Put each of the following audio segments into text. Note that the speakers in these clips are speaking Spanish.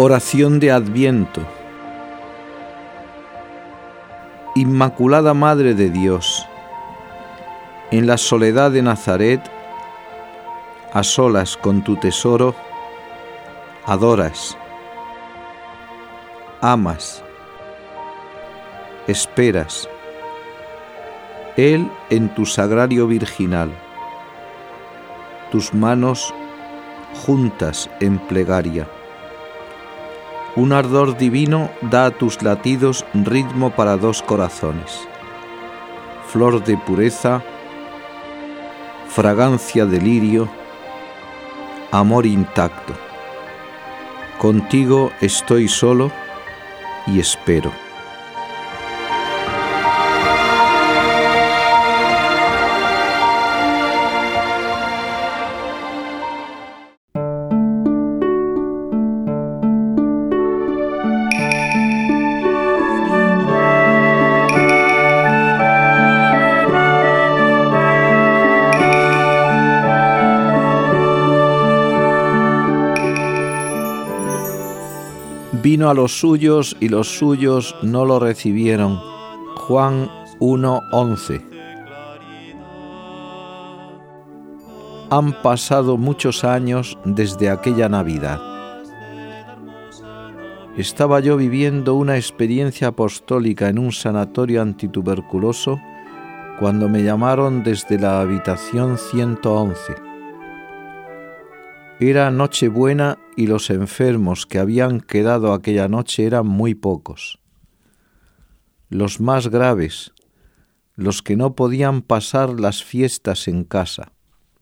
Oración de Adviento. Inmaculada Madre de Dios, en la soledad de Nazaret, a solas con tu tesoro, adoras, amas, esperas, Él en tu sagrario virginal, tus manos juntas en plegaria. Un ardor divino da a tus latidos ritmo para dos corazones, flor de pureza, fragancia de lirio, amor intacto. Contigo estoy solo y espero. Vino a los suyos y los suyos no lo recibieron. Juan 1:11. Han pasado muchos años desde aquella Navidad. Estaba yo viviendo una experiencia apostólica en un sanatorio antituberculoso cuando me llamaron desde la habitación 111. Era Nochebuena y los enfermos que habían quedado aquella noche eran muy pocos. Los más graves, los que no podían pasar las fiestas en casa.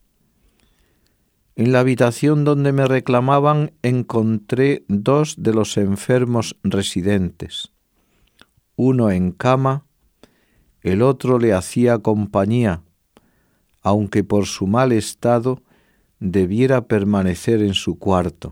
En la habitación donde me reclamaban encontré dos de los enfermos residentes. Uno en cama, el otro le hacía compañía, aunque por su mal estado debiera permanecer en su cuarto.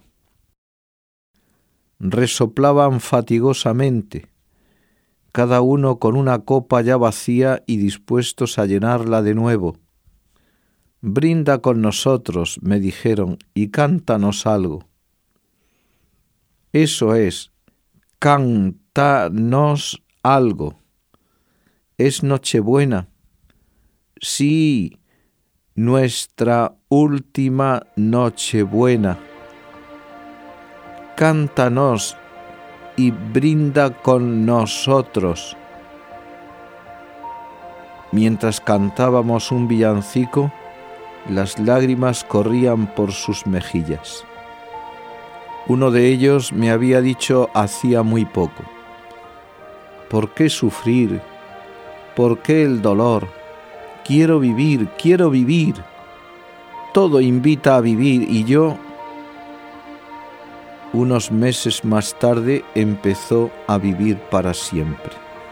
Resoplaban fatigosamente, cada uno con una copa ya vacía y dispuestos a llenarla de nuevo. «Brinda con nosotros», me dijeron, «y cántanos algo». «Eso es, cántanos algo. Es Nochebuena». «Sí, nuestra última Nochebuena. Cántanos y brinda con nosotros». Mientras cantábamos un villancico, las lágrimas corrían por sus mejillas. Uno de ellos me había dicho hacía muy poco: «¿Por qué sufrir? ¿Por qué el dolor? Quiero vivir, quiero vivir. Todo invita a vivir y yo». Unos meses más tarde empezó a vivir para siempre.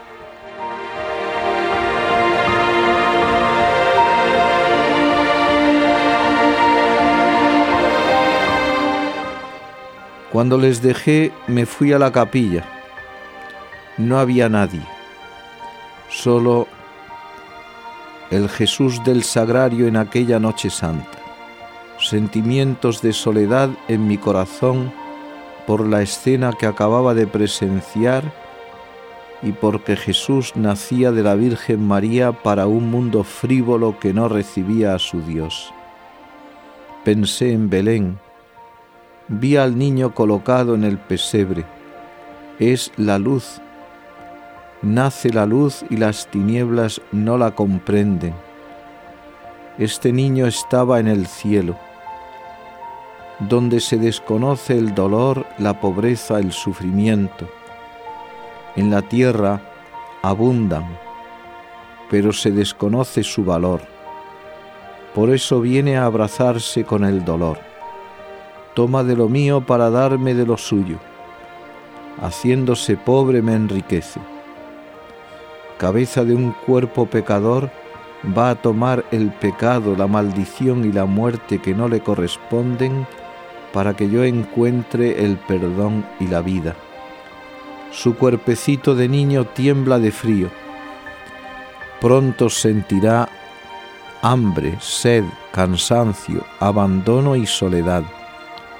Cuando les dejé, me fui a la capilla. No había nadie, solo el Jesús del Sagrario en aquella noche santa. Sentimientos de soledad en mi corazón por la escena que acababa de presenciar y porque Jesús nacía de la Virgen María para un mundo frívolo que no recibía a su Dios. Pensé en Belén, vi al niño colocado en el pesebre. Es la luz. Nace la luz y las tinieblas no la comprenden. Este niño estaba en el cielo, donde se desconoce el dolor, la pobreza, el sufrimiento. En la tierra abundan, pero se desconoce su valor. Por eso viene a abrazarse con el dolor. Toma de lo mío para darme de lo suyo. Haciéndose pobre me enriquece. Cabeza de un cuerpo pecador, va a tomar el pecado, la maldición y la muerte que no le corresponden para que yo encuentre el perdón y la vida. Su cuerpecito de niño tiembla de frío. Pronto sentirá hambre, sed, cansancio, abandono y soledad.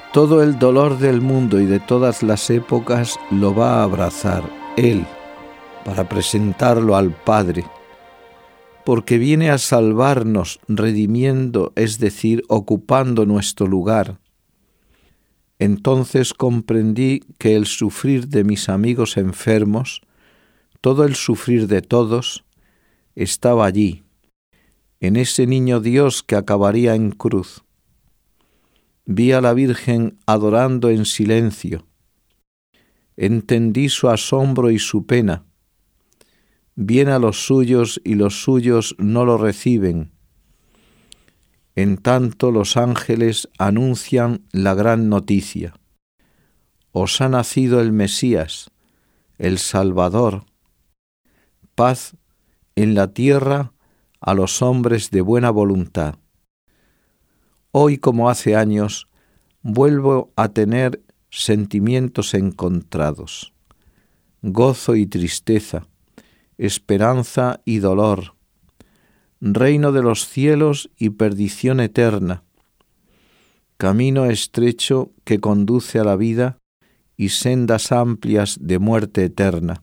Todo el dolor del mundo y de todas las épocas lo va a abrazar Él para presentarlo al Padre, porque viene a salvarnos, redimiendo, es decir, ocupando nuestro lugar. Entonces comprendí que el sufrir de mis amigos enfermos, todo el sufrir de todos, estaba allí, en ese niño Dios que acabaría en cruz. Vi a la Virgen adorando en silencio. Entendí su asombro y su pena. Viene a los suyos y los suyos no lo reciben. En tanto los ángeles anuncian la gran noticia. Os ha nacido el Mesías, el Salvador. Paz en la tierra a los hombres de buena voluntad. Hoy, como hace años, vuelvo a tener sentimientos encontrados, gozo y tristeza, esperanza y dolor, reino de los cielos y perdición eterna, camino estrecho que conduce a la vida y sendas amplias de muerte eterna.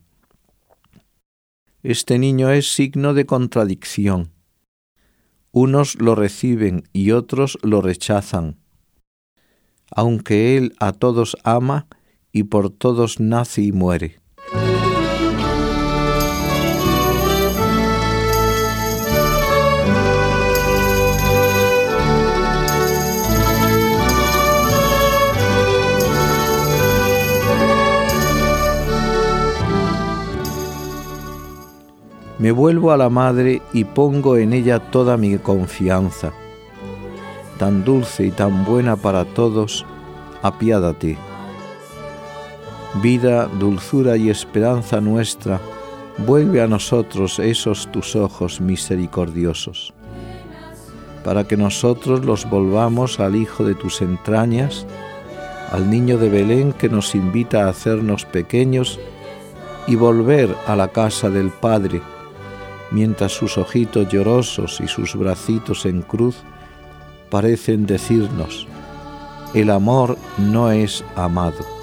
Este niño es signo de contradicción. Unos lo reciben y otros lo rechazan, aunque Él a todos ama y por todos nace y muere. Me vuelvo a la Madre y pongo en ella toda mi confianza. Tan dulce y tan buena para todos, apiádate. Vida, dulzura y esperanza nuestra, vuelve a nosotros esos tus ojos misericordiosos, para que nosotros los volvamos al Hijo de tus entrañas, al niño de Belén que nos invita a hacernos pequeños y volver a la casa del Padre, mientras sus ojitos llorosos y sus bracitos en cruz parecen decirnos: el amor no es amado.